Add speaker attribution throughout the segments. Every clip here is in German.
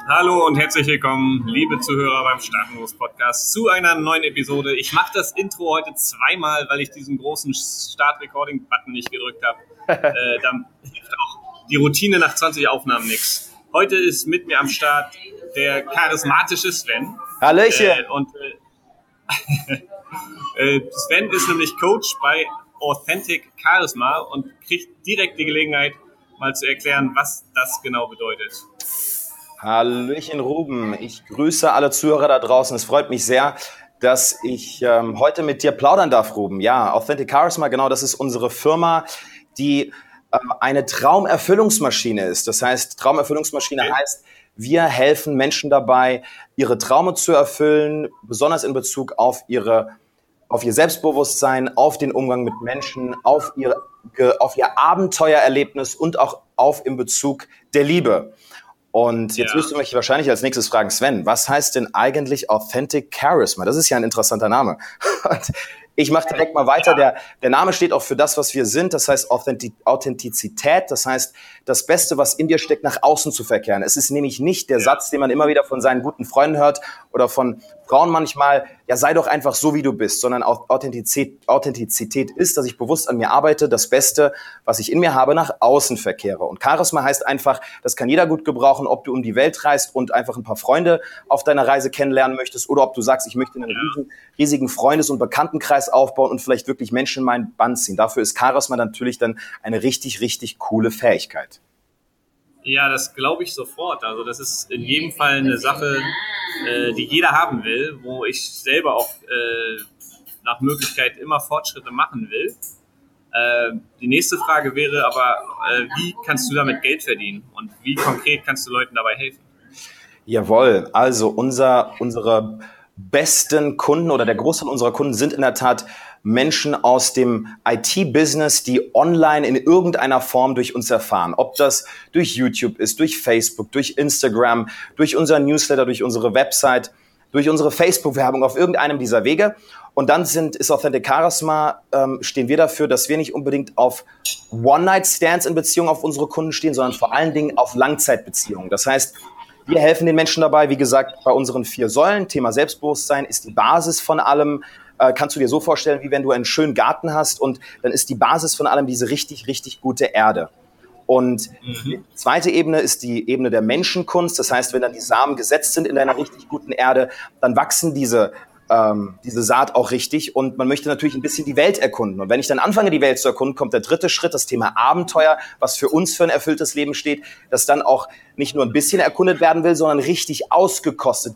Speaker 1: Hallo und herzlich willkommen, liebe Zuhörer beim Staatenlos Podcast, zu einer neuen Episode. Ich mache das Intro heute zweimal, weil ich diesen großen Start-Recording-Button nicht gedrückt habe. Dann hilft auch die Routine nach 20 Aufnahmen nichts. Heute ist mit mir am Start der charismatische Sven.
Speaker 2: Hallöchen!
Speaker 1: Sven ist nämlich Coach bei Authentic Charisma und kriegt direkt die Gelegenheit, mal zu erklären, was das genau bedeutet.
Speaker 2: Hallöchen Ruben, ich grüße alle Zuhörer da draußen. Es freut mich sehr, dass ich heute mit dir plaudern darf, Ruben. Ja, Authentic Charisma, genau, das ist unsere Firma, die eine Traumerfüllungsmaschine ist. Das heißt, Traumerfüllungsmaschine heißt, wir helfen Menschen dabei, ihre Träume zu erfüllen, besonders in Bezug auf ihr Selbstbewusstsein, auf den Umgang mit Menschen, auf ihr Abenteuererlebnis und auch in Bezug der Liebe. Und jetzt wirst du mich wahrscheinlich als nächstes fragen, Sven, was heißt denn eigentlich Authentic Charisma? Das ist ja ein interessanter Name. Und ich mache direkt mal weiter. Der Name steht auch für das, was wir sind. Das heißt Authentizität. Das heißt, das Beste, was in dir steckt, nach außen zu verkehren. Es ist nämlich nicht der Satz, den man immer wieder von seinen guten Freunden hört oder von Frauen manchmal, ja, sei doch einfach so, wie du bist, sondern Authentizität ist, dass ich bewusst an mir arbeite, das Beste, was ich in mir habe, nach außen verkehre. Und Charisma heißt einfach, das kann jeder gut gebrauchen, ob du um die Welt reist und einfach ein paar Freunde auf deiner Reise kennenlernen möchtest oder ob du sagst, ich möchte einen riesigen Freundes- und Bekanntenkreis aufbauen und vielleicht wirklich Menschen in meinen Bann ziehen. Dafür ist Charisma natürlich dann eine richtig, richtig coole Fähigkeit.
Speaker 1: Ja, das glaube ich sofort. Also das ist in jedem Fall eine Sache, die jeder haben will, wo ich selber auch nach Möglichkeit immer Fortschritte machen will. Die nächste Frage wäre aber, wie kannst du damit Geld verdienen und wie konkret kannst du Leuten dabei helfen?
Speaker 2: Jawohl, also unsere besten Kunden oder der Großteil unserer Kunden sind in der Tat Menschen aus dem IT-Business, die online in irgendeiner Form durch uns erfahren. Ob das durch YouTube ist, durch Facebook, durch Instagram, durch unser Newsletter, durch unsere Website, durch unsere Facebook-Werbung auf irgendeinem dieser Wege. Und dann ist Authentic Charisma, stehen wir dafür, dass wir nicht unbedingt auf One-Night-Stands in Beziehung auf unsere Kunden stehen, sondern vor allen Dingen auf Langzeitbeziehungen. Das heißt, wir helfen den Menschen dabei, wie gesagt, bei unseren 4 Säulen. Thema Selbstbewusstsein ist die Basis von allem. Kannst du dir so vorstellen, wie wenn du einen schönen Garten hast und dann ist die Basis von allem diese richtig, richtig gute Erde. Und die zweite Ebene ist die Ebene der Menschenkunst. Das heißt, wenn dann die Samen gesetzt sind in einer richtig guten Erde, dann wachsen diese Saat auch richtig und man möchte natürlich ein bisschen die Welt erkunden. Und wenn ich dann anfange, die Welt zu erkunden, kommt der dritte Schritt, das Thema Abenteuer, was für uns für ein erfülltes Leben steht, das dann auch nicht nur ein bisschen erkundet werden will, sondern richtig ausgekostet,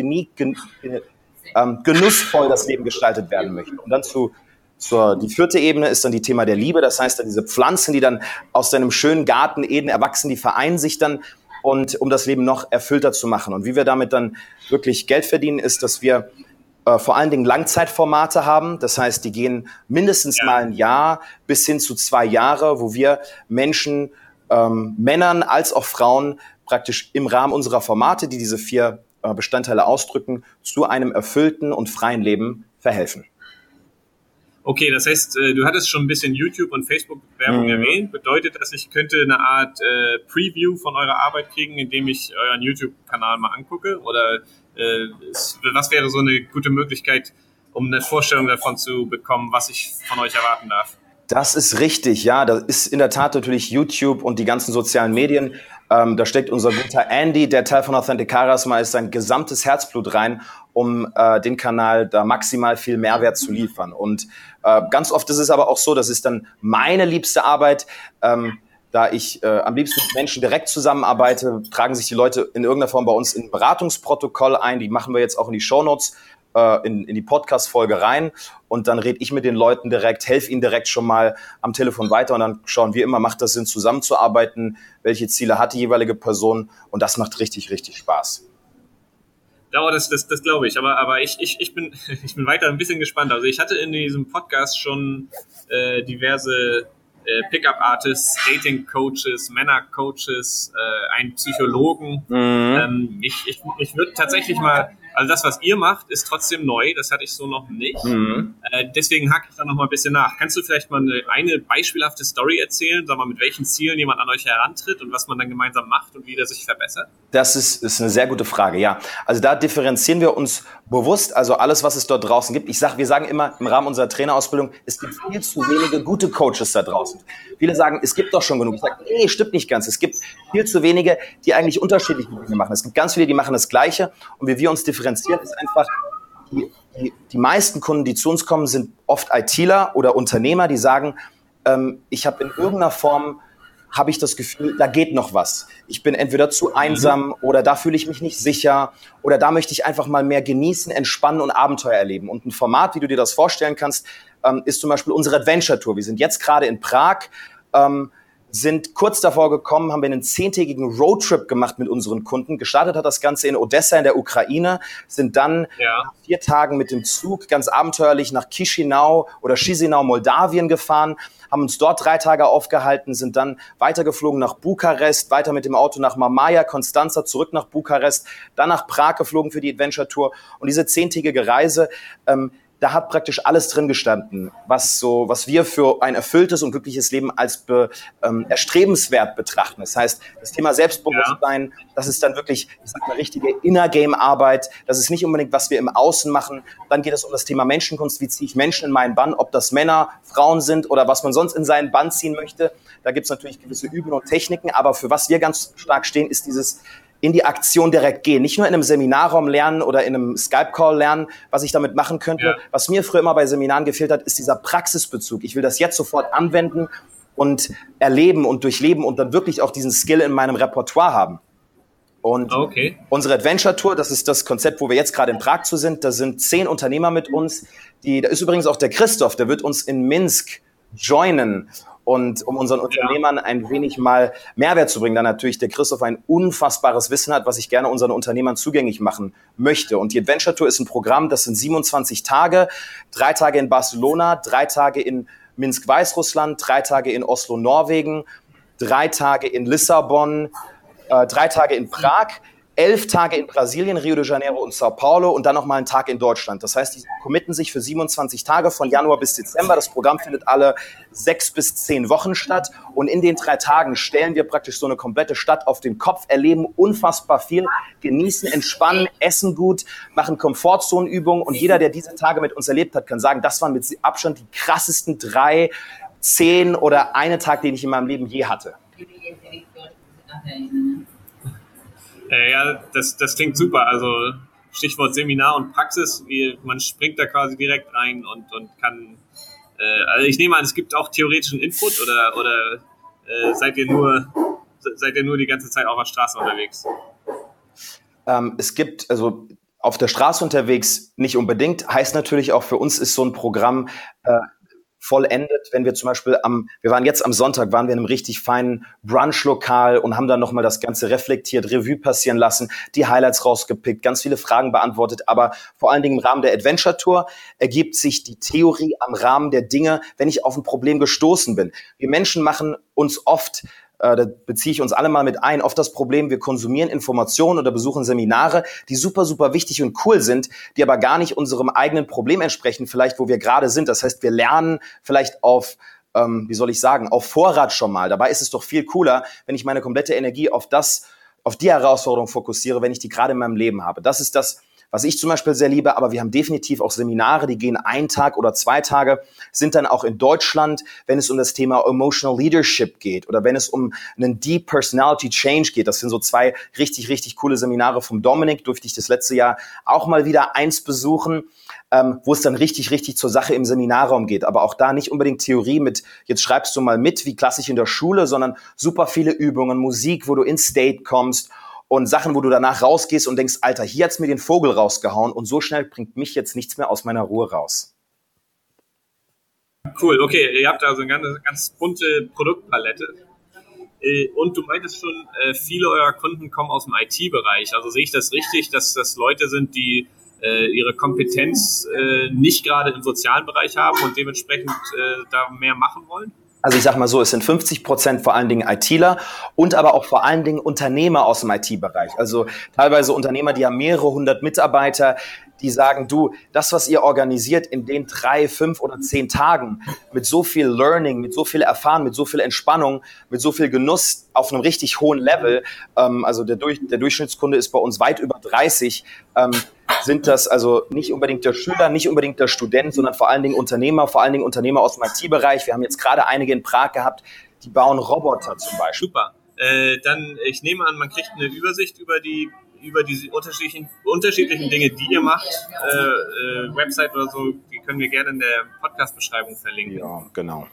Speaker 2: genussvoll das Leben gestaltet werden möchte. Und dann die 4. Ebene ist dann die Thema der Liebe. Das heißt, dann diese Pflanzen, die dann aus deinem schönen Garten Eden erwachsen, die vereinen sich dann, und um das Leben noch erfüllter zu machen. Und wie wir damit dann wirklich Geld verdienen, ist, dass wir vor allen Dingen Langzeitformate haben. Das heißt, die gehen mindestens mal ein Jahr bis hin zu 2 Jahre, wo wir Menschen, Männern als auch Frauen, praktisch im Rahmen unserer Formate, die diese 4 Bestandteile ausdrücken, zu einem erfüllten und freien Leben verhelfen.
Speaker 1: Okay, das heißt, du hattest schon ein bisschen YouTube- und Facebook-Werbung erwähnt. Bedeutet das, ich könnte eine Art Preview von eurer Arbeit kriegen, indem ich euren YouTube-Kanal mal angucke? Oder was wäre so eine gute Möglichkeit, um eine Vorstellung davon zu bekommen, was ich von euch erwarten darf?
Speaker 2: Das ist richtig, ja. Das ist in der Tat natürlich YouTube und die ganzen sozialen Medien. Da steckt unser guter Andy, der Teil von Authentic Charisma ist, sein gesamtes Herzblut rein, um den Kanal da maximal viel Mehrwert zu liefern. Und ganz oft ist es aber auch so, das ist dann meine liebste Arbeit, da ich am liebsten mit Menschen direkt zusammenarbeite, tragen sich die Leute in irgendeiner Form bei uns in ein Beratungsprotokoll ein. Die machen wir jetzt auch in die Shownotes, in die Podcast-Folge rein. Und dann rede ich mit den Leuten direkt, helfe ihnen direkt schon mal am Telefon weiter. Und dann schauen wir immer, macht das Sinn, zusammenzuarbeiten? Welche Ziele hat die jeweilige Person? Und das macht richtig, richtig Spaß.
Speaker 1: Ja, das glaube ich. Aber ich bin weiter ein bisschen gespannt. Also ich hatte in diesem Podcast schon diverse Pickup-Artists, Dating-Coaches, Männer-Coaches, einen Psychologen. Ich würde tatsächlich mal, also das, was ihr macht, ist trotzdem neu, das hatte ich so noch nicht. Deswegen hake ich da noch mal ein bisschen nach. Kannst du vielleicht mal eine beispielhafte Story erzählen, sag mal, mit welchen Zielen jemand an euch herantritt und was man dann gemeinsam macht und wie der sich verbessert?
Speaker 2: Das ist eine sehr gute Frage, ja. Also da differenzieren wir uns bewusst, also alles, was es dort draußen gibt. Wir sagen immer im Rahmen unserer Trainerausbildung, es gibt viel zu wenige gute Coaches da draußen. Viele sagen, es gibt doch schon genug. Ich sage, nee, stimmt nicht ganz. Es gibt viel zu wenige, die eigentlich unterschiedliche Dinge machen. Es gibt ganz viele, die machen das Gleiche. Und wie wir uns differenzieren, ist einfach, die meisten Kunden, die zu uns kommen, sind oft ITler oder Unternehmer, die sagen, ich habe in irgendeiner Form habe ich das Gefühl, da geht noch was. Ich bin entweder zu einsam oder da fühle ich mich nicht sicher oder da möchte ich einfach mal mehr genießen, entspannen und Abenteuer erleben. Und ein Format, wie du dir das vorstellen kannst, ist zum Beispiel unsere Adventure Tour. Wir sind jetzt gerade in Prag, sind kurz davor gekommen, haben wir einen 10-tägigen Roadtrip gemacht mit unseren Kunden. Gestartet hat das Ganze in Odessa in der Ukraine, sind dann nach 4 Tagen mit dem Zug ganz abenteuerlich nach Chisinau, Moldawien gefahren, haben uns dort 3 Tage aufgehalten, sind dann weitergeflogen nach Bukarest, weiter mit dem Auto nach Mamaia, Konstanza, zurück nach Bukarest, dann nach Prag geflogen für die Adventure Tour. Und diese 10-tägige Reise, da hat praktisch alles drin gestanden, was wir für ein erfülltes und glückliches Leben als erstrebenswert betrachten. Das heißt, das Thema Selbstbewusstsein, das ist dann wirklich, ich sag mal, richtige Inner-Game-Arbeit. Das ist nicht unbedingt, was wir im Außen machen. Dann geht es um das Thema Menschenkunst. Wie ziehe ich Menschen in meinen Bann? Ob das Männer, Frauen sind oder was man sonst in seinen Bann ziehen möchte. Da gibt es natürlich gewisse Übungen und Techniken. Aber für was wir ganz stark stehen, ist dieses in die Aktion direkt gehen. Nicht nur in einem Seminarraum lernen oder in einem Skype-Call lernen, was ich damit machen könnte. Ja. Was mir früher immer bei Seminaren gefehlt hat, ist dieser Praxisbezug. Ich will das jetzt sofort anwenden und erleben und durchleben und dann wirklich auch diesen Skill in meinem Repertoire haben. Und unsere Adventure Tour, das ist das Konzept, wo wir jetzt gerade in Prag zu sind. Da sind 10 Unternehmer mit uns. Da ist übrigens auch der Christoph, der wird uns in Minsk joinen. Und um unseren Unternehmern ein wenig mal Mehrwert zu bringen, da natürlich der Christoph ein unfassbares Wissen hat, was ich gerne unseren Unternehmern zugänglich machen möchte. Und die Adventure Tour ist ein Programm, das sind 27 Tage, 3 Tage in Barcelona, 3 Tage in Minsk, Weißrussland, 3 Tage in Oslo, Norwegen, 3 Tage in Lissabon, 3 Tage in Prag, 11 Tage in Brasilien, Rio de Janeiro und Sao Paulo und dann nochmal einen Tag in Deutschland. Das heißt, die committen sich für 27 Tage von Januar bis Dezember. Das Programm findet alle 6 bis 10 Wochen statt. Und in den 3 Tagen stellen wir praktisch so eine komplette Stadt auf den Kopf, erleben unfassbar viel, genießen, entspannen, essen gut, machen Komfortzonenübungen. Und jeder, der diese Tage mit uns erlebt hat, kann sagen, das waren mit Abstand die krassesten 3, 10 oder einen Tag, den ich in meinem Leben je hatte.
Speaker 1: Ja, das klingt super. Also Stichwort Seminar und Praxis, man springt da quasi direkt rein und kann, also ich nehme an, es gibt auch theoretischen Input oder seid ihr nur die ganze Zeit auf der Straße unterwegs?
Speaker 2: Es gibt, also auf der Straße unterwegs nicht unbedingt, heißt natürlich auch für uns ist so ein Programm vollendet, wenn wir zum Beispiel wir waren jetzt am Sonntag, waren wir in einem richtig feinen Brunch-Lokal und haben dann nochmal das Ganze reflektiert, Revue passieren lassen, die Highlights rausgepickt, ganz viele Fragen beantwortet, aber vor allen Dingen im Rahmen der Adventure Tour ergibt sich die Theorie am Rahmen der Dinge, wenn ich auf ein Problem gestoßen bin. Wir Menschen machen uns oft, da beziehe ich uns alle mal mit ein, oft das Problem, wir konsumieren Informationen oder besuchen Seminare, die super, super wichtig und cool sind, die aber gar nicht unserem eigenen Problem entsprechen, vielleicht wo wir gerade sind. Das heißt, wir lernen vielleicht auf Vorrat schon mal. Dabei ist es doch viel cooler, wenn ich meine komplette Energie auf die Herausforderung fokussiere, wenn ich die gerade in meinem Leben habe. Das ist das, was ich zum Beispiel sehr liebe, aber wir haben definitiv auch Seminare, die gehen 1 Tag oder 2 Tage, sind dann auch in Deutschland, wenn es um das Thema Emotional Leadership geht oder wenn es um einen Deep Personality Change geht. Das sind so 2 richtig, richtig coole Seminare vom Dominik, durfte ich das letzte Jahr auch mal wieder eins besuchen, wo es dann richtig, richtig zur Sache im Seminarraum geht. Aber auch da nicht unbedingt Theorie mit, jetzt schreibst du mal mit, wie klassisch in der Schule, sondern super viele Übungen, Musik, wo du in State kommst und Sachen, wo du danach rausgehst und denkst, Alter, hier hat's mir den Vogel rausgehauen und so schnell bringt mich jetzt nichts mehr aus meiner Ruhe raus.
Speaker 1: Cool, okay, ihr habt also eine ganz bunte Produktpalette. Und du meintest schon, viele eurer Kunden kommen aus dem IT-Bereich. Also sehe ich das richtig, dass das Leute sind, die ihre Kompetenz nicht gerade im sozialen Bereich haben und dementsprechend da mehr machen wollen?
Speaker 2: Also ich sag mal so, es sind 50% vor allen Dingen ITler und aber auch vor allen Dingen Unternehmer aus dem IT-Bereich. Also teilweise Unternehmer, die haben mehrere hundert Mitarbeiter, die sagen, du, das, was ihr organisiert in den 3, 5 oder 10 Tagen mit so viel Learning, mit so viel Erfahren, mit so viel Entspannung, mit so viel Genuss auf einem richtig hohen Level, also der Durchschnittskunde ist bei uns weit über 30, sind das also nicht unbedingt der Schüler, nicht unbedingt der Student, sondern vor allen Dingen Unternehmer aus dem IT-Bereich. Wir haben jetzt gerade einige in Prag gehabt, die bauen Roboter zum Beispiel.
Speaker 1: Super. Dann, ich nehme an, man kriegt eine Übersicht über diese unterschiedlichen Dinge, die ihr macht. Website oder so, die können wir gerne in der Podcast-Beschreibung verlinken.
Speaker 2: Ja, genau.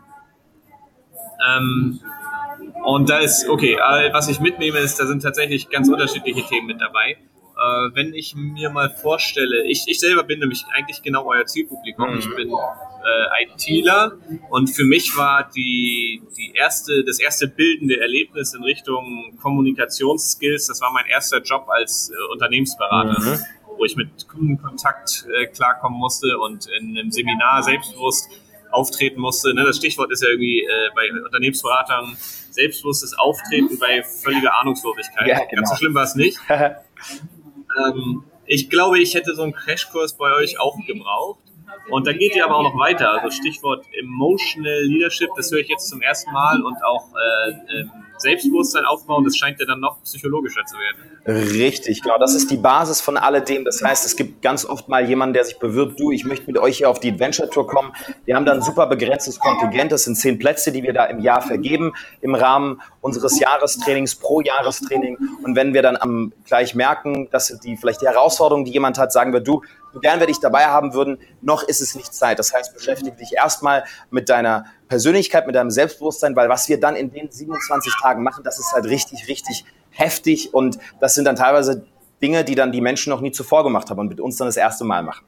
Speaker 1: Und da ist, okay, was ich mitnehme, ist, da sind tatsächlich ganz unterschiedliche Themen mit dabei. Wenn ich mir mal vorstelle, ich selber bin nämlich eigentlich genau euer Zielpublikum. Ich bin ITler und für mich war das erste bildende Erlebnis in Richtung Kommunikationsskills, das war mein erster Job als Unternehmensberater, wo ich mit Kundenkontakt klarkommen musste und in einem Seminar selbstbewusst auftreten musste. Ne? Das Stichwort ist ja irgendwie bei Unternehmensberatern selbstbewusstes Auftreten bei völliger Ahnungslosigkeit. Ja, genau. Ganz so schlimm war es nicht. Ich glaube, ich hätte so einen Crashkurs bei euch auch gebraucht. Und da geht ihr aber auch noch weiter. Also Stichwort Emotional Leadership, das höre ich jetzt zum ersten Mal. Und auch Selbstbewusstsein aufbauen, das scheint ja dann noch psychologischer zu werden.
Speaker 2: Richtig, genau. Das ist die Basis von alledem. Das heißt, es gibt ganz oft mal jemanden, der sich bewirbt, du, ich möchte mit euch hier auf die Adventure Tour kommen. Wir haben da ein super begrenztes Kontingent. Das sind 10 Plätze, die wir da im Jahr vergeben, im Rahmen unseres Jahrestrainings, pro Jahrestraining. Und wenn wir dann gleich merken, das sind vielleicht die Herausforderungen, die jemand hat, sagen wir, du, so gern wir dich dabei haben würden, noch ist es nicht Zeit. Das heißt, beschäftige dich erstmal mit deiner Persönlichkeit, mit deinem Selbstbewusstsein, weil was wir dann in den 27 Tagen machen, das ist halt richtig, richtig heftig und das sind dann teilweise Dinge, die dann die Menschen noch nie zuvor gemacht haben und mit uns dann das erste Mal machen.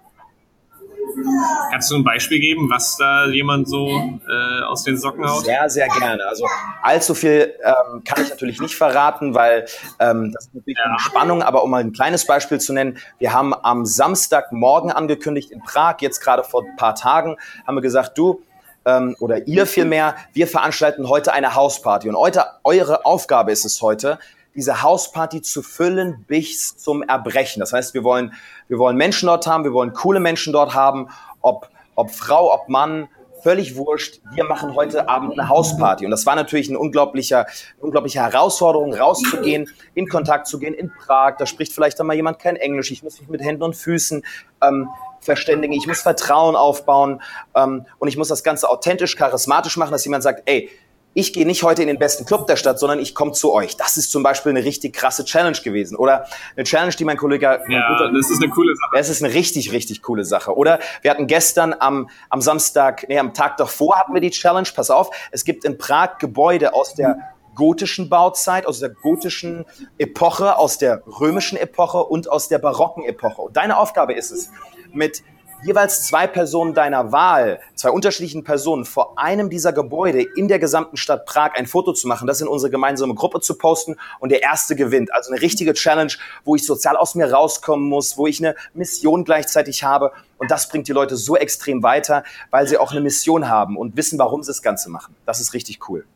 Speaker 1: Kannst du ein Beispiel geben, was da jemand so aus den Socken haut?
Speaker 2: Sehr, sehr gerne. Also allzu viel kann ich natürlich nicht verraten, weil das ist natürlich eine Spannung, aber um mal ein kleines Beispiel zu nennen, wir haben am Samstagmorgen angekündigt in Prag, jetzt gerade vor ein paar Tagen, haben wir gesagt, du, oder ihr vielmehr, wir veranstalten heute eine Hausparty und eure Aufgabe ist es heute, diese Hausparty zu füllen bis zum Erbrechen. Das heißt, wir wollen Menschen dort haben, wir wollen coole Menschen dort haben, ob Frau, ob Mann, völlig wurscht. Wir machen heute Abend eine Hausparty. Und das war natürlich eine unglaubliche Herausforderung, rauszugehen, in Kontakt zu gehen in Prag. Da spricht vielleicht dann mal jemand kein Englisch. Ich muss mich mit Händen und Füßen verständigen. Ich muss Vertrauen aufbauen. Und ich muss das Ganze authentisch, charismatisch machen, dass jemand sagt, ey, ich gehe nicht heute in den besten Club der Stadt, sondern ich komme zu euch. Das ist zum Beispiel eine richtig krasse Challenge gewesen. Oder eine Challenge, die mein Kollege...
Speaker 1: das ist eine coole Sache.
Speaker 2: Das ist eine richtig, richtig coole Sache. Oder wir hatten gestern am Tag davor hatten wir die Challenge. Pass auf, es gibt in Prag Gebäude aus der gotischen Bauzeit, aus der gotischen Epoche, aus der römischen Epoche und aus der barocken Epoche. Und deine Aufgabe ist es, mit jeweils 2 Personen deiner Wahl, 2 unterschiedlichen Personen vor einem dieser Gebäude in der gesamten Stadt Prag ein Foto zu machen, das in unsere gemeinsame Gruppe zu posten und der Erste gewinnt. Also eine richtige Challenge, wo ich sozial aus mir rauskommen muss, wo ich eine Mission gleichzeitig habe und das bringt die Leute so extrem weiter, weil sie auch eine Mission haben und wissen, warum sie das Ganze machen. Das ist richtig cool.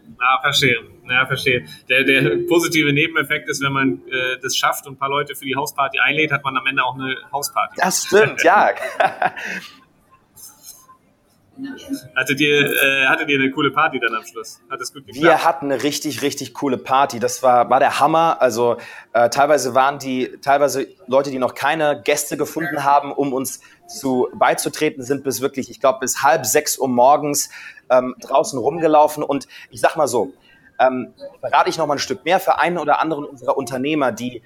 Speaker 1: Verstehe. Der positive Nebeneffekt ist, wenn man das schafft und ein paar Leute für die Hausparty einlädt, hat man am Ende auch eine Hausparty.
Speaker 2: Das stimmt, ja.
Speaker 1: Hattet ihr eine coole Party dann am Schluss? Hat das gut geklappt?
Speaker 2: Wir hatten eine richtig, richtig coole Party. Das war der Hammer. Also teilweise Leute, die noch keine Gäste gefunden haben, um uns beizutreten, sind bis 5:30 Uhr morgens draußen rumgelaufen. Und ich sag mal so, verrate ich noch mal ein Stück mehr für einen oder anderen unserer Unternehmer, die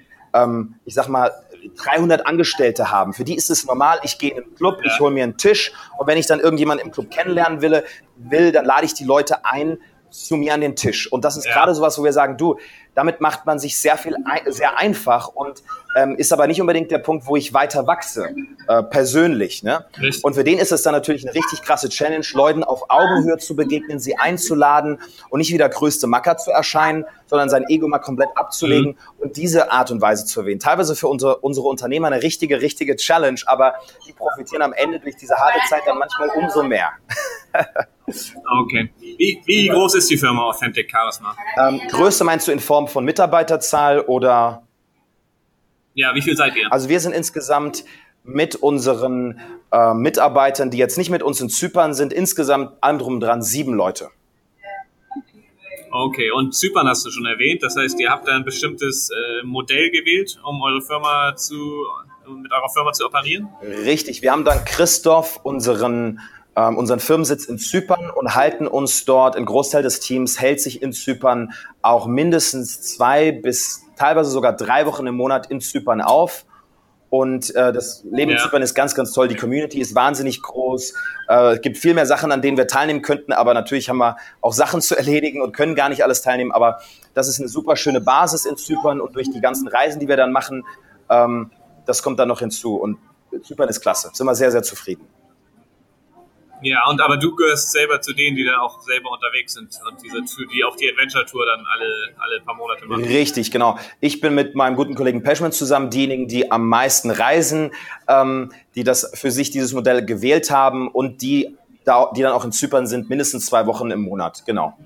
Speaker 2: 300 Angestellte haben. Für die ist es normal, ich gehe in einen Club, ich hole mir einen Tisch und wenn ich dann irgendjemanden im Club kennenlernen will, dann lade ich die Leute ein zu mir an den Tisch. Und das ist gerade sowas, wo wir sagen, du, damit macht man sich sehr einfach und ist aber nicht unbedingt der Punkt, wo ich weiter wachse, persönlich. Ne? Und für den ist es dann natürlich eine richtig krasse Challenge, Leuten auf Augenhöhe zu begegnen, sie einzuladen und nicht wie der größte Macker zu erscheinen, sondern sein Ego mal komplett abzulegen und diese Art und Weise zu erwähnen. Teilweise für unsere Unternehmer eine richtige Challenge, aber die profitieren am Ende durch diese harte Zeit dann manchmal umso mehr.
Speaker 1: Okay. Wie groß ist die Firma Authentic Charisma?
Speaker 2: Größe meinst du in Form von Mitarbeiterzahl oder?
Speaker 1: Ja, wie viel seid ihr?
Speaker 2: Also wir sind insgesamt mit unseren Mitarbeitern, die jetzt nicht mit uns in Zypern sind, insgesamt allem drum und dran 7 Leute.
Speaker 1: Okay, und Zypern hast du schon erwähnt. Das heißt, ihr habt da ein bestimmtes Modell gewählt, um mit eurer Firma zu operieren?
Speaker 2: Richtig, wir haben dann Christoph, unseren Firmensitz in Zypern und halten uns dort, ein Großteil des Teams hält sich in Zypern auch mindestens 2 bis teilweise sogar 3 Wochen im Monat in Zypern auf. Und das Leben in Zypern ist ganz, ganz toll. Die Community ist wahnsinnig groß. Es gibt viel mehr Sachen, an denen wir teilnehmen könnten. Aber natürlich haben wir auch Sachen zu erledigen und können gar nicht alles teilnehmen. Aber das ist eine super schöne Basis in Zypern. Und durch die ganzen Reisen, die wir dann machen, das kommt dann noch hinzu. Und Zypern ist klasse. Sind wir sehr, sehr zufrieden.
Speaker 1: Ja, aber du gehörst selber zu denen, die dann auch selber unterwegs sind und die auch die Adventure-Tour dann alle paar Monate machen.
Speaker 2: Richtig, genau. Ich bin mit meinem guten Kollegen Peschman zusammen diejenigen, die am meisten reisen, die das für sich dieses Modell gewählt haben und die dann auch in Zypern sind, mindestens 2 Wochen im Monat, genau.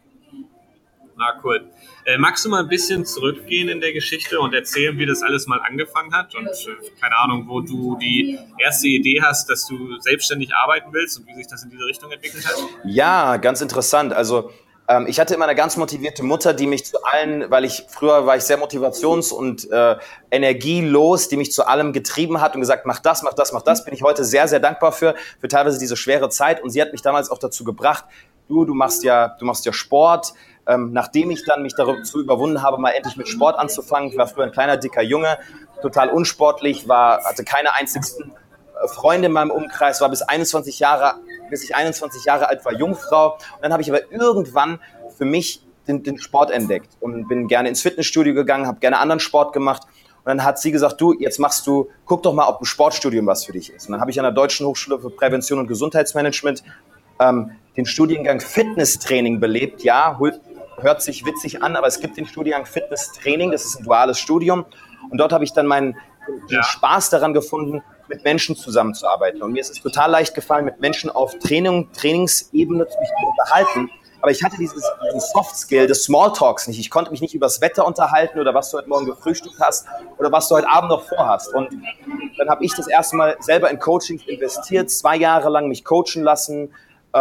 Speaker 1: Cool. Magst du mal ein bisschen zurückgehen in der Geschichte und erzählen, wie das alles mal angefangen hat und keine Ahnung, wo du die erste Idee hast, dass du selbstständig arbeiten willst und wie sich das in diese Richtung entwickelt hat?
Speaker 2: Ja, ganz interessant. Also ich hatte immer eine ganz motivierte Mutter, die mich zu allen, früher war ich sehr motivations- und energielos, die mich zu allem getrieben hat und gesagt, mach das, mach das, mach das. Bin ich heute sehr, sehr dankbar für teilweise diese schwere Zeit. Und sie hat mich damals auch dazu gebracht, du machst ja Sport. Nachdem ich dann mich dazu überwunden habe, mal endlich mit Sport anzufangen. Ich war früher ein kleiner, dicker Junge, total unsportlich, hatte keine einzigsten Freunde in meinem Umkreis, war bis ich 21 Jahre alt war, Jungfrau. Und dann habe ich aber irgendwann für mich den Sport entdeckt und bin gerne ins Fitnessstudio gegangen, habe gerne anderen Sport gemacht. Und dann hat sie gesagt, guck doch mal, ob ein Sportstudium was für dich ist. Und dann habe ich an der Deutschen Hochschule für Prävention und Gesundheitsmanagement den Studiengang Fitnesstraining belebt. Ja, hört sich witzig an, aber es gibt den Studiengang Fitnesstraining, das ist ein duales Studium. Und dort habe ich dann den Spaß daran gefunden, mit Menschen zusammenzuarbeiten. Und mir ist es total leicht gefallen, mit Menschen auf Trainingsebene mich zu unterhalten. Aber ich hatte diesen Soft Skill des Smalltalks nicht. Ich konnte mich nicht über das Wetter unterhalten oder was du heute Morgen gefrühstückt hast oder was du heute Abend noch vorhast. Und dann habe ich das erste Mal selber in Coachings investiert, 2 Jahre lang mich coachen lassen,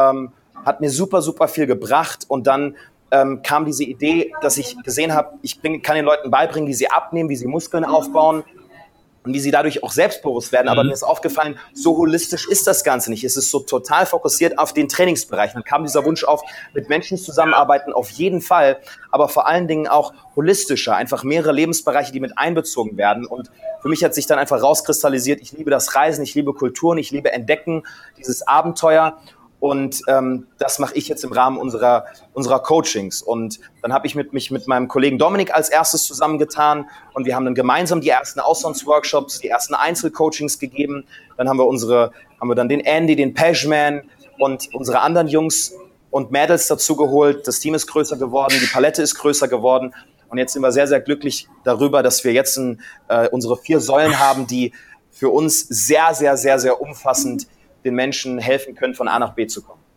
Speaker 2: hat mir super, super viel gebracht. Und dann kam diese Idee, dass ich gesehen habe, kann den Leuten beibringen, wie sie abnehmen, wie sie Muskeln aufbauen und wie sie dadurch auch selbstbewusst werden. Aber mir ist aufgefallen, so holistisch ist das Ganze nicht. Es ist so total fokussiert auf den Trainingsbereich. Dann kam dieser Wunsch auf, mit Menschen zusammenarbeiten, auf jeden Fall, aber vor allen Dingen auch holistischer, einfach mehrere Lebensbereiche, die mit einbezogen werden. Und für mich hat sich dann einfach rauskristallisiert, ich liebe das Reisen, ich liebe Kulturen, ich liebe Entdecken, dieses Abenteuer. Und das mache ich jetzt im Rahmen unserer Coachings. Und dann habe ich mich mit meinem Kollegen Dominik als erstes zusammengetan und wir haben dann gemeinsam die ersten Auslandsworkshops, die ersten Einzelcoachings gegeben. Dann haben wir dann den Andy, den Peschman und unsere anderen Jungs und Mädels dazu geholt. Das Team ist größer geworden, die Palette ist größer geworden. Und jetzt sind wir sehr, sehr glücklich darüber, dass wir jetzt unsere 4 Säulen haben, die für uns sehr, sehr, sehr, sehr umfassend den Menschen helfen können, von A nach B zu kommen.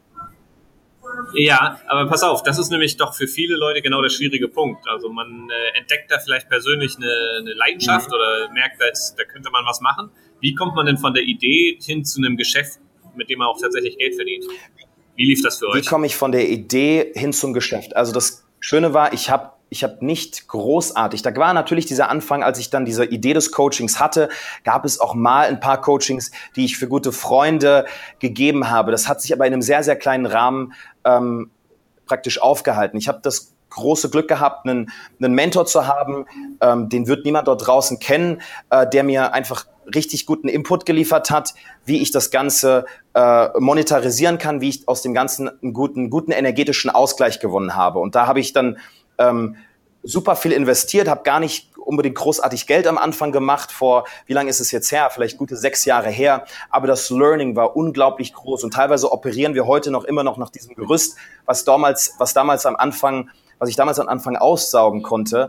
Speaker 1: Ja, aber pass auf, das ist nämlich doch für viele Leute genau der schwierige Punkt. Also man entdeckt da vielleicht persönlich eine Leidenschaft oder merkt, da könnte man was machen. Wie kommt man denn von der Idee hin zu einem Geschäft, mit dem man auch tatsächlich Geld verdient? Wie lief das für euch?
Speaker 2: Wie komme ich von der Idee hin zum Geschäft? Also das Schöne war, ich habe nicht großartig, da war natürlich dieser Anfang, als ich dann diese Idee des Coachings hatte, gab es auch mal ein paar Coachings, die ich für gute Freunde gegeben habe. Das hat sich aber in einem sehr, sehr kleinen Rahmen praktisch aufgehalten. Ich habe das große Glück gehabt, einen Mentor zu haben, den wird niemand dort draußen kennen, der mir einfach richtig guten Input geliefert hat, wie ich das Ganze monetarisieren kann, wie ich aus dem Ganzen einen guten energetischen Ausgleich gewonnen habe. Und da habe ich dann super viel investiert, habe gar nicht unbedingt großartig Geld am Anfang gemacht, wie lange ist es jetzt her? Vielleicht gute 6 Jahre her. Aber das Learning war unglaublich groß und teilweise operieren wir heute immer noch nach diesem Gerüst, was ich damals am Anfang aussaugen konnte.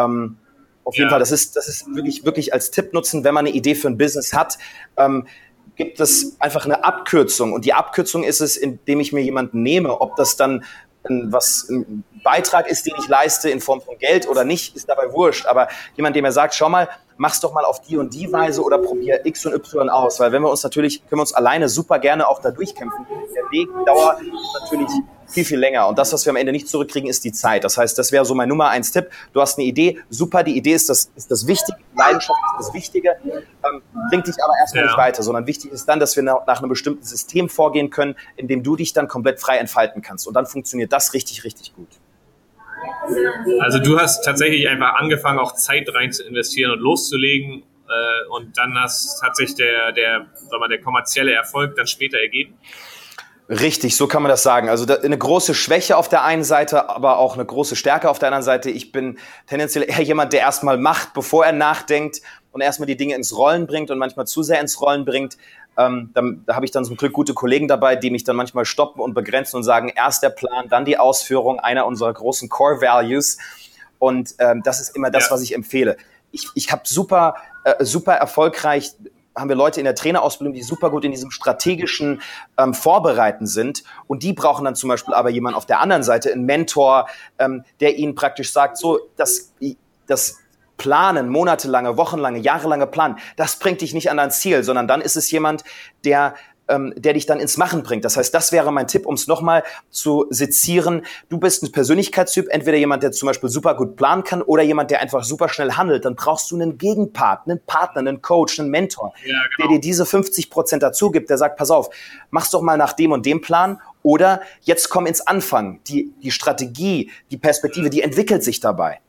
Speaker 2: Auf jeden Fall, das ist wirklich, wirklich als Tipp nutzen, wenn man eine Idee für ein Business hat. gibt es einfach eine Abkürzung. Und die Abkürzung ist es, indem ich mir jemanden nehme. Ob das dann ein Beitrag ist, den ich leiste in Form von Geld oder nicht, ist dabei wurscht. Aber jemand, dem er sagt, schau mal, mach's doch mal auf die und die Weise oder probier X und Y aus. Weil wenn wir uns natürlich, können wir uns alleine super gerne auch da durchkämpfen. Der Weg dauert natürlich viel, viel länger. Und das, was wir am Ende nicht zurückkriegen, ist die Zeit. Das heißt, das wäre so mein Nummer 1 Tipp. Du hast eine Idee, super, die Idee ist das Wichtige, Leidenschaft ist das Wichtige, bringt dich aber erstmal nicht weiter, sondern wichtig ist dann, dass wir nach einem bestimmten System vorgehen können, in dem du dich dann komplett frei entfalten kannst. Und dann funktioniert das richtig, richtig gut.
Speaker 1: Also du hast tatsächlich einfach angefangen, auch Zeit rein zu investieren und loszulegen, und dann hast tatsächlich der kommerzielle Erfolg dann später ergeben?
Speaker 2: Richtig, so kann man das sagen. Also eine große Schwäche auf der einen Seite, aber auch eine große Stärke auf der anderen Seite. Ich bin tendenziell eher jemand, der erstmal macht, bevor er nachdenkt und erstmal die Dinge ins Rollen bringt und manchmal zu sehr ins Rollen bringt. Da habe ich dann zum Glück gute Kollegen dabei, die mich dann manchmal stoppen und begrenzen und sagen, erst der Plan, dann die Ausführung, einer unserer großen Core Values. Und das ist immer das, was ich empfehle. Ich habe super erfolgreich, haben wir Leute in der Trainerausbildung, die super gut in diesem strategischen Vorbereiten sind. Und die brauchen dann zum Beispiel aber jemanden auf der anderen Seite, einen Mentor, der ihnen praktisch sagt, so, das Planen, monatelange, wochenlange, jahrelange Planen, das bringt dich nicht an dein Ziel, sondern dann ist es jemand, der dich dann ins Machen bringt. Das heißt, das wäre mein Tipp, um es nochmal zu sezieren. Du bist ein Persönlichkeitstyp, entweder jemand, der zum Beispiel super gut planen kann oder jemand, der einfach super schnell handelt. Dann brauchst du einen Gegenpart, einen Partner, einen Coach, einen Mentor, der dir diese 50% dazu gibt, der sagt, pass auf, mach's doch mal nach dem und dem Plan oder jetzt komm ins Anfangen. Die Strategie, die Perspektive, die entwickelt sich dabei.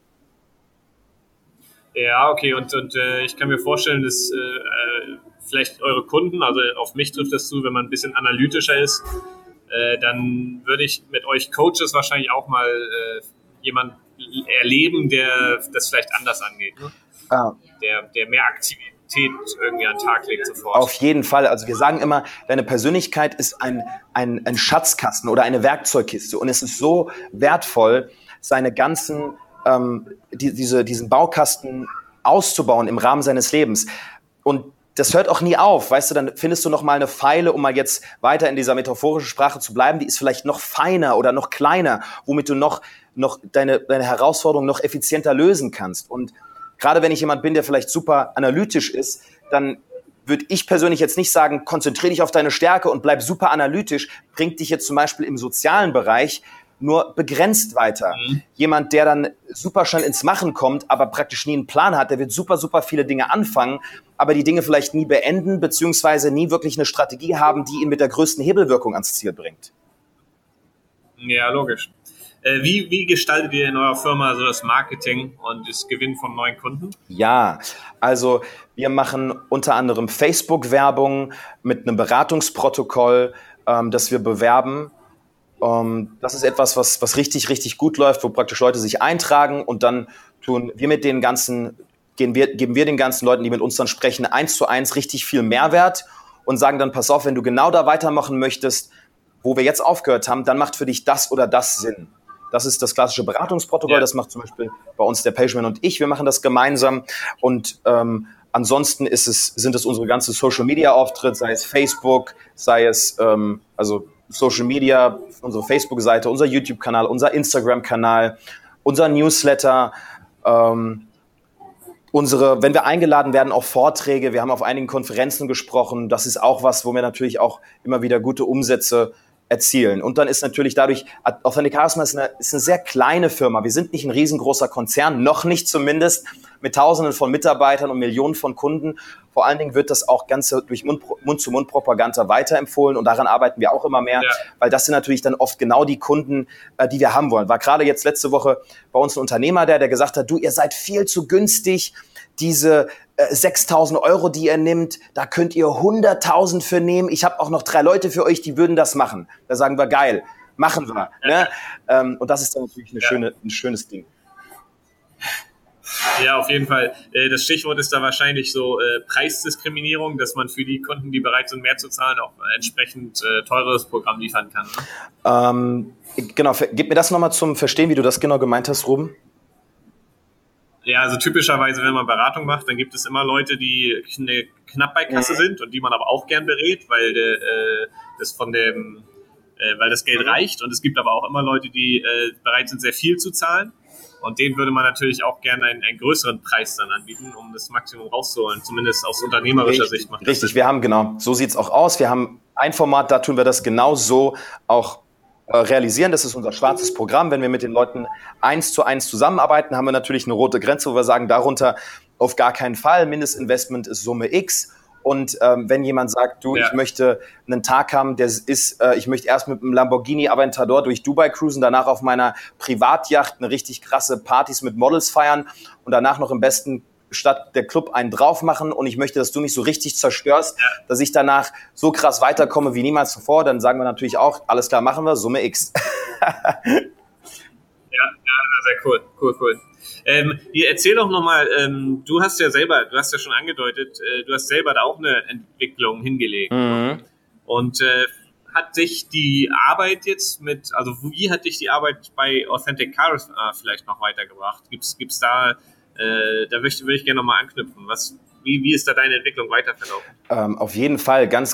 Speaker 1: Ja, okay, und ich kann mir vorstellen, dass vielleicht eure Kunden, also auf mich trifft das zu, wenn man ein bisschen analytischer ist, dann würde ich mit euch Coaches wahrscheinlich auch mal jemanden erleben, der das vielleicht anders angeht, ne? Der mehr Aktivität irgendwie an den Tag legt sofort.
Speaker 2: Auf jeden Fall. Also wir sagen immer, deine Persönlichkeit ist ein Schatzkasten oder eine Werkzeugkiste und es ist so wertvoll, seine ganzen diesen Baukasten auszubauen im Rahmen seines Lebens. Und das hört auch nie auf, weißt du, dann findest du noch mal eine Feile, um mal jetzt weiter in dieser metaphorischen Sprache zu bleiben, die ist vielleicht noch feiner oder noch kleiner, womit du noch deine Herausforderung noch effizienter lösen kannst. Und gerade wenn ich jemand bin, der vielleicht super analytisch ist, dann würde ich persönlich jetzt nicht sagen, konzentriere dich auf deine Stärke und bleib super analytisch, bringt dich jetzt zum Beispiel im sozialen Bereich nur begrenzt weiter. Jemand, der dann super schnell ins Machen kommt, aber praktisch nie einen Plan hat, der wird super, super viele Dinge anfangen, aber die Dinge vielleicht nie beenden, beziehungsweise nie wirklich eine Strategie haben, die ihn mit der größten Hebelwirkung ans Ziel bringt.
Speaker 1: Ja, logisch. Wie gestaltet ihr in eurer Firma so das Marketing und das Gewinn von neuen Kunden?
Speaker 2: Ja, also wir machen unter anderem Facebook-Werbung mit einem Beratungsprotokoll, das wir bewerben. Das ist etwas, was richtig, richtig gut läuft, wo praktisch Leute sich eintragen und dann geben wir den ganzen Leuten, die mit uns dann sprechen, 1:1 richtig viel Mehrwert und sagen dann, pass auf, wenn du genau da weitermachen möchtest, wo wir jetzt aufgehört haben, dann macht für dich das oder das Sinn. Das ist das klassische Beratungsprotokoll, das macht zum Beispiel bei uns der Pageman und ich, wir machen das gemeinsam und ansonsten sind es unsere ganze Social-Media-Auftritte, sei es Facebook, sei es Social Media, unsere Facebook-Seite, unser YouTube-Kanal, unser Instagram-Kanal, unser Newsletter, wenn wir eingeladen werden auf Vorträge, wir haben auf einigen Konferenzen gesprochen, das ist auch was, wo wir natürlich auch immer wieder gute Umsätze erzielen. Und dann ist natürlich dadurch, Authentic Charisma ist eine sehr kleine Firma. Wir sind nicht ein riesengroßer Konzern, noch nicht zumindest, mit Tausenden von Mitarbeitern und Millionen von Kunden. Vor allen Dingen wird das auch Ganze durch Mund-zu-Mund-Propaganda weiterempfohlen und daran arbeiten wir auch immer mehr, weil das sind natürlich dann oft genau die Kunden, die wir haben wollen. War gerade jetzt letzte Woche bei uns ein Unternehmer, der gesagt hat, du, ihr seid viel zu günstig, diese 6.000 €, die ihr nimmt, da könnt ihr 100.000 für nehmen. Ich habe auch noch 3 Leute für euch, die würden das machen. Da sagen wir, geil, machen wir. Ne? Und das ist dann natürlich ein schönes Ding.
Speaker 1: Ja, auf jeden Fall. Das Stichwort ist da wahrscheinlich so Preisdiskriminierung, dass man für die Kunden, die bereit sind, mehr zu zahlen, auch entsprechend teures Programm liefern kann. Ne?
Speaker 2: Genau, gib mir das nochmal zum Verstehen, wie du das genau gemeint hast, Ruben.
Speaker 1: Ja, also typischerweise, wenn man Beratung macht, dann gibt es immer Leute, die knapp bei Kasse sind und die man aber auch gern berät, weil weil das Geld reicht. Und es gibt aber auch immer Leute, die bereit sind, sehr viel zu zahlen. Und denen würde man natürlich auch gerne einen größeren Preis dann anbieten, um das Maximum rauszuholen, zumindest aus unternehmerischer Sicht.
Speaker 2: Richtig, wir haben, genau, so sieht's auch aus. Wir haben ein Format, da tun wir das genau so auch realisieren. Das ist unser schwarzes Programm. Wenn wir mit den Leuten 1:1 zusammenarbeiten, haben wir natürlich eine rote Grenze, wo wir sagen, darunter auf gar keinen Fall. Mindestinvestment ist Summe X. Und wenn jemand sagt, ich möchte einen Tag haben, ich möchte erst mit einem Lamborghini Aventador durch Dubai cruisen, danach auf meiner Privatyacht eine richtig krasse Partys mit Models feiern und danach noch im besten statt der Club einen drauf machen und ich möchte, dass du mich so richtig zerstörst, dass ich danach so krass weiterkomme wie niemals zuvor, dann sagen wir natürlich auch, alles klar, machen wir, Summe X.
Speaker 1: Ja, sehr cool. Erzähl doch nochmal, du hast ja schon angedeutet, du hast selber da auch eine Entwicklung hingelegt.
Speaker 2: Mhm.
Speaker 1: Und hat dich die Arbeit wie hat dich die Arbeit bei Authentic Cars vielleicht noch weitergebracht? Gibt's da, würde ich gerne nochmal anknüpfen. Wie ist da deine Entwicklung weiter verlaufen?
Speaker 2: Auf jeden Fall ganz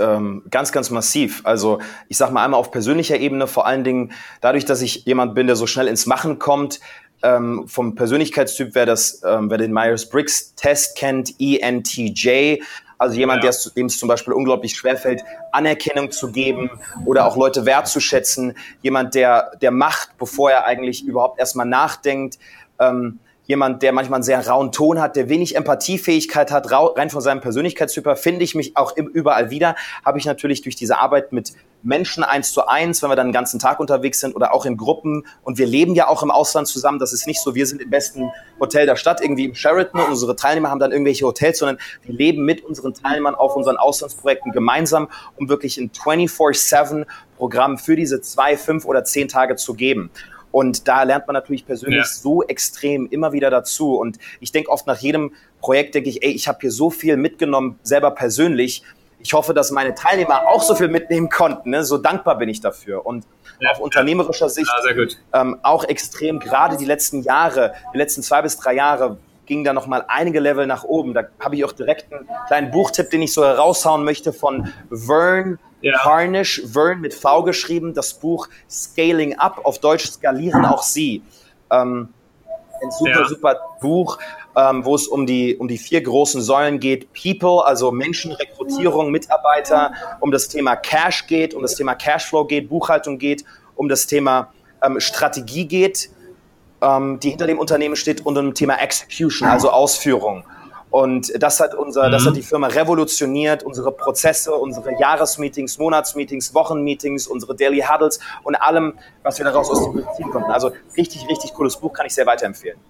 Speaker 2: massiv. Also ich sag mal einmal auf persönlicher Ebene, vor allen Dingen dadurch, dass ich jemand bin, der so schnell ins Machen kommt. Vom Persönlichkeitstyp, wer den Myers-Briggs-Test kennt, ENTJ, also jemand, dem es zum Beispiel unglaublich schwerfällt, Anerkennung zu geben oder auch Leute wertzuschätzen. Jemand, der macht, bevor er eigentlich überhaupt erstmal nachdenkt. Jemand, der manchmal einen sehr rauen Ton hat, der wenig Empathiefähigkeit hat, rein von seinem Persönlichkeitstyp, finde ich mich auch überall wieder, habe ich natürlich durch diese Arbeit mit Menschen 1:1, wenn wir dann den ganzen Tag unterwegs sind oder auch in Gruppen und wir leben ja auch im Ausland zusammen, das ist nicht so, wir sind im besten Hotel der Stadt, irgendwie im Sheraton und unsere Teilnehmer haben dann irgendwelche Hotels, sondern wir leben mit unseren Teilnehmern auf unseren Auslandsprojekten gemeinsam, um wirklich ein 24/7-Programm für diese 2, 5 oder 10 Tage zu geben. Und da lernt man natürlich persönlich so extrem immer wieder dazu. Und ich denke oft nach jedem Projekt, denke ich, ich habe hier so viel mitgenommen, selber persönlich. Ich hoffe, dass meine Teilnehmer auch so viel mitnehmen konnten. Ne? So dankbar bin ich dafür. Und auf unternehmerischer Sicht auch extrem, gerade die letzten 2 bis 3 Jahre, gingen da nochmal einige Level nach oben. Da habe ich auch direkt einen kleinen Buchtipp, den ich so heraushauen möchte von Vern Harnish, Vern mit V geschrieben, das Buch Scaling Up, auf Deutsch Skalieren auch Sie. Ein super Buch, wo es um die 4 großen Säulen geht. People, also Menschen, Rekrutierung, Mitarbeiter, um das Thema Cash geht, um das Thema Cashflow geht, Buchhaltung geht, um das Thema Strategie geht, die hinter dem Unternehmen steht und um das Thema Execution, also Ausführung. Und das hat die Firma revolutioniert, unsere Prozesse, unsere Jahresmeetings, Monatsmeetings, Wochenmeetings, unsere Daily Huddles und allem, was wir daraus aus dem Buch ziehen konnten. Also richtig cooles Buch, kann ich sehr weiterempfehlen.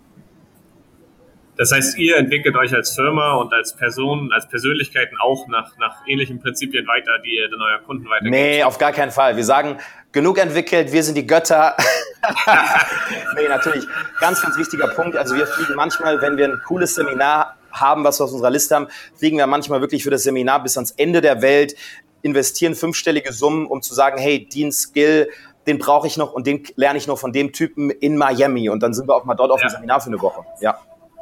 Speaker 1: Das heißt, ihr entwickelt euch als Firma und als Person, als Persönlichkeiten auch nach ähnlichen Prinzipien weiter, die ihr dann euren Kunden weitergebt?
Speaker 2: Nee, auf gar keinen Fall. Wir sagen, genug entwickelt, wir sind die Götter. Nee, natürlich. Ganz wichtiger Punkt. Also wir fliegen manchmal, wenn wir ein cooles Seminar haben, was wir auf unserer Liste haben, fliegen wir manchmal wirklich für das Seminar bis ans Ende der Welt, investieren 5-stellige Summen, um zu sagen, hey, den Skill, den brauche ich noch und den lerne ich noch von dem Typen in Miami. Und dann sind wir auch mal dort auf dem Seminar für eine Woche. Ja.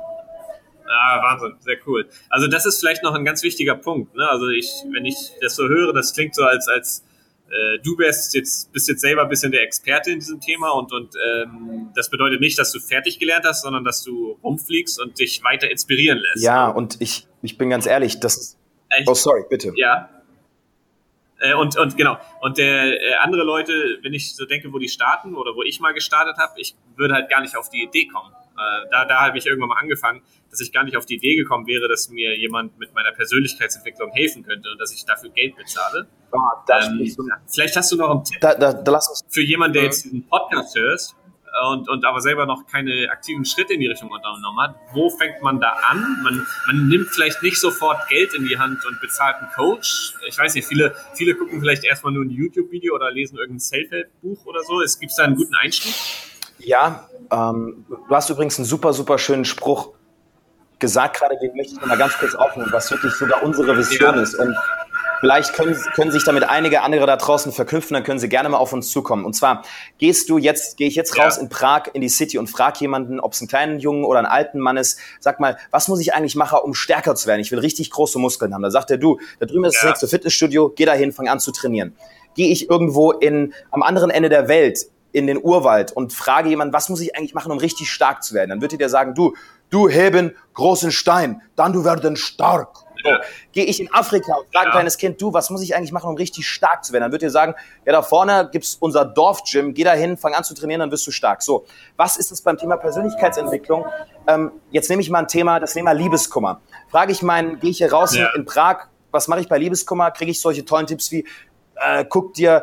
Speaker 1: Ah, Wahnsinn, sehr cool. Also das ist vielleicht noch ein ganz wichtiger Punkt. Ne? Also wenn ich das so höre, das klingt so, als du bist jetzt selber ein bisschen der Experte in diesem Thema und das bedeutet nicht, dass du fertig gelernt hast, sondern dass du rumfliegst und dich weiter inspirieren lässt.
Speaker 2: Ja, und ich bin ganz ehrlich, das ist... Oh, sorry, bitte.
Speaker 1: Ja. Und genau. Und andere Leute, wenn ich so denke, wo die starten oder wo ich mal gestartet habe, ich würde halt gar nicht auf die Idee kommen. Da habe ich irgendwann mal angefangen, dass ich gar nicht auf die Idee gekommen wäre, dass mir jemand mit meiner Persönlichkeitsentwicklung helfen könnte und dass ich dafür Geld bezahle. Vielleicht hast du noch einen Tipp für jemanden, der jetzt diesen Podcast hört und aber selber noch keine aktiven Schritte in die Richtung unternommen hat. Wo fängt man da an? Man nimmt vielleicht nicht sofort Geld in die Hand und bezahlt einen Coach. Ich weiß nicht, viele gucken vielleicht erstmal nur ein YouTube-Video oder lesen irgendein Self-Help-Buch oder so. Gibt es da einen guten Einstieg?
Speaker 2: Ja, du hast übrigens einen super schönen Spruch gesagt gerade, den möchte ich noch mal ganz kurz aufnehmen, was wirklich sogar unsere Vision ist. Und Vielleicht können sich damit einige andere da draußen verknüpfen, dann können sie gerne mal auf uns zukommen. Und zwar gehe ich jetzt raus in Prag in die City und frage jemanden, ob es einen kleinen Jungen oder einen alten Mann ist. Sag mal, was muss ich eigentlich machen, um stärker zu werden? Ich will richtig große Muskeln haben. Da sagt er, du, da drüben ist das nächste Fitnessstudio, geh dahin, fang an zu trainieren. Gehe ich irgendwo am anderen Ende der Welt in den Urwald und frage jemanden, was muss ich eigentlich machen, um richtig stark zu werden? Dann wird dir sagen, du heben großen Stein, dann du werden stark. So. Gehe ich in Afrika und frage ein kleines Kind, du, was muss ich eigentlich machen, um richtig stark zu werden? Dann wird dir sagen, ja, da vorne gibt's unser Dorfgym, geh da hin, fang an zu trainieren, dann wirst du stark. So, was ist das beim Thema Persönlichkeitsentwicklung? Jetzt nehme ich mal das Thema Liebeskummer. Gehe ich hier raus in Prag, was mache ich bei Liebeskummer? Kriege ich solche tollen Tipps wie, hol dir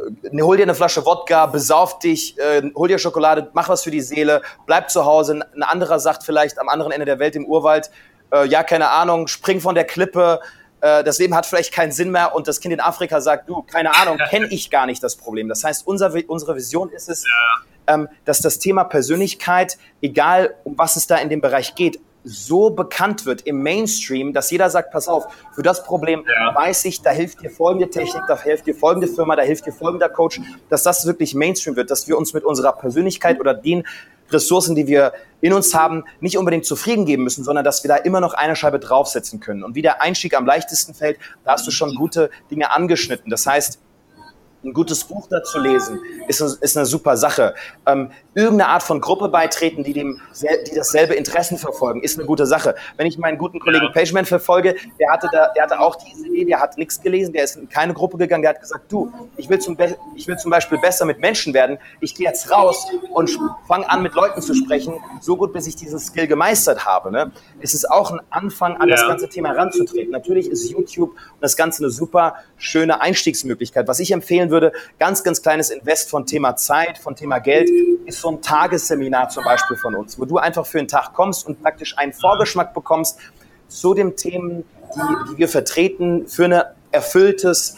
Speaker 2: eine Flasche Wodka, besauf dich, hol dir Schokolade, mach was für die Seele, bleib zu Hause. Ein anderer sagt vielleicht am anderen Ende der Welt im Urwald, ja, keine Ahnung, spring von der Klippe, das Leben hat vielleicht keinen Sinn mehr und das Kind in Afrika sagt, du, keine Ahnung, kenne ich gar nicht das Problem. Das heißt, unsere Vision ist es, dass das Thema Persönlichkeit, egal um was es da in dem Bereich geht, so bekannt wird im Mainstream, dass jeder sagt, pass auf, für das Problem weiß ich, da hilft dir folgende Technik, da hilft dir folgende Firma, da hilft dir folgender Coach, dass das wirklich Mainstream wird, dass wir uns mit unserer Persönlichkeit oder den Ressourcen, die wir in uns haben, nicht unbedingt zufrieden geben müssen, sondern dass wir da immer noch eine Scheibe draufsetzen können. Und wie der Einstieg am leichtesten fällt, da hast du schon gute Dinge angeschnitten. Das heißt, ein gutes Buch dazu lesen, ist eine super Sache. Irgendeine Art von Gruppe beitreten, die dasselbe Interessen verfolgen, ist eine gute Sache. Wenn ich meinen guten Kollegen Pageman verfolge, der hatte auch diese Idee, der hat nichts gelesen, der ist in keine Gruppe gegangen, der hat gesagt, du, ich will zum Beispiel besser mit Menschen werden, ich gehe jetzt raus und fange an, mit Leuten zu sprechen, so gut, bis ich diesen Skill gemeistert habe. Ne? Es ist auch ein Anfang, an das ganze Thema ranzutreten. Natürlich ist YouTube und das Ganze eine super schöne Einstiegsmöglichkeit. Was ich empfehlen würde, ganz, ganz kleines Invest von Thema Zeit, von Thema Geld, ist so ein Tagesseminar zum Beispiel von uns, wo du einfach für einen Tag kommst und praktisch einen Vorgeschmack bekommst zu den Themen, die wir vertreten, für ein erfülltes,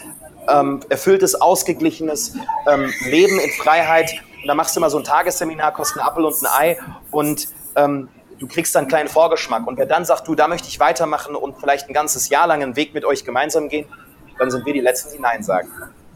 Speaker 2: ausgeglichenes Leben in Freiheit. Und da machst du mal so ein Tagesseminar, kostet einen Apfel und ein Ei und du kriegst dann einen kleinen Vorgeschmack. Und wer dann sagt, du, da möchte ich weitermachen und vielleicht ein ganzes Jahr lang einen Weg mit euch gemeinsam gehen, dann sind wir die Letzten, die Nein sagen.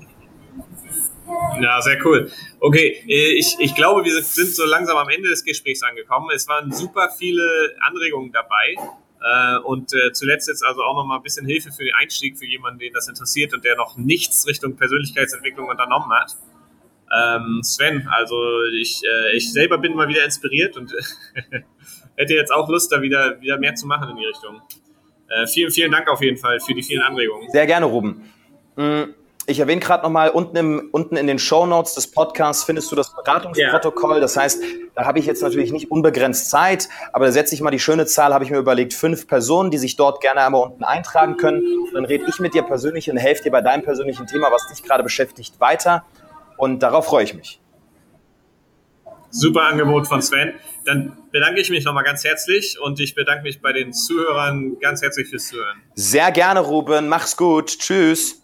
Speaker 1: Ja, sehr cool. Okay, ich glaube, wir sind so langsam am Ende des Gesprächs angekommen. Es waren super viele Anregungen dabei und zuletzt jetzt also auch nochmal ein bisschen Hilfe für den Einstieg für jemanden, den das interessiert und der noch nichts Richtung Persönlichkeitsentwicklung unternommen hat. Sven, also ich selber bin mal wieder inspiriert und hätte jetzt auch Lust, da wieder mehr zu machen in die Richtung. Vielen, vielen Dank auf jeden Fall für die vielen Anregungen.
Speaker 2: Sehr gerne, Ruben. Ich erwähne gerade nochmal, unten in den Shownotes des Podcasts findest du das Beratungsprotokoll. Ja. Das heißt, da habe ich jetzt natürlich nicht unbegrenzt Zeit, aber da setze ich mal die schöne Zahl, habe ich mir überlegt, 5 Personen, die sich dort gerne einmal unten eintragen können. Und dann rede ich mit dir persönlich und helfe dir bei deinem persönlichen Thema, was dich gerade beschäftigt, weiter. Und darauf freue ich mich.
Speaker 1: Super Angebot von Sven. Dann bedanke ich mich nochmal ganz herzlich und ich bedanke mich bei den Zuhörern ganz herzlich fürs Zuhören.
Speaker 2: Sehr gerne, Ruben. Mach's gut. Tschüss.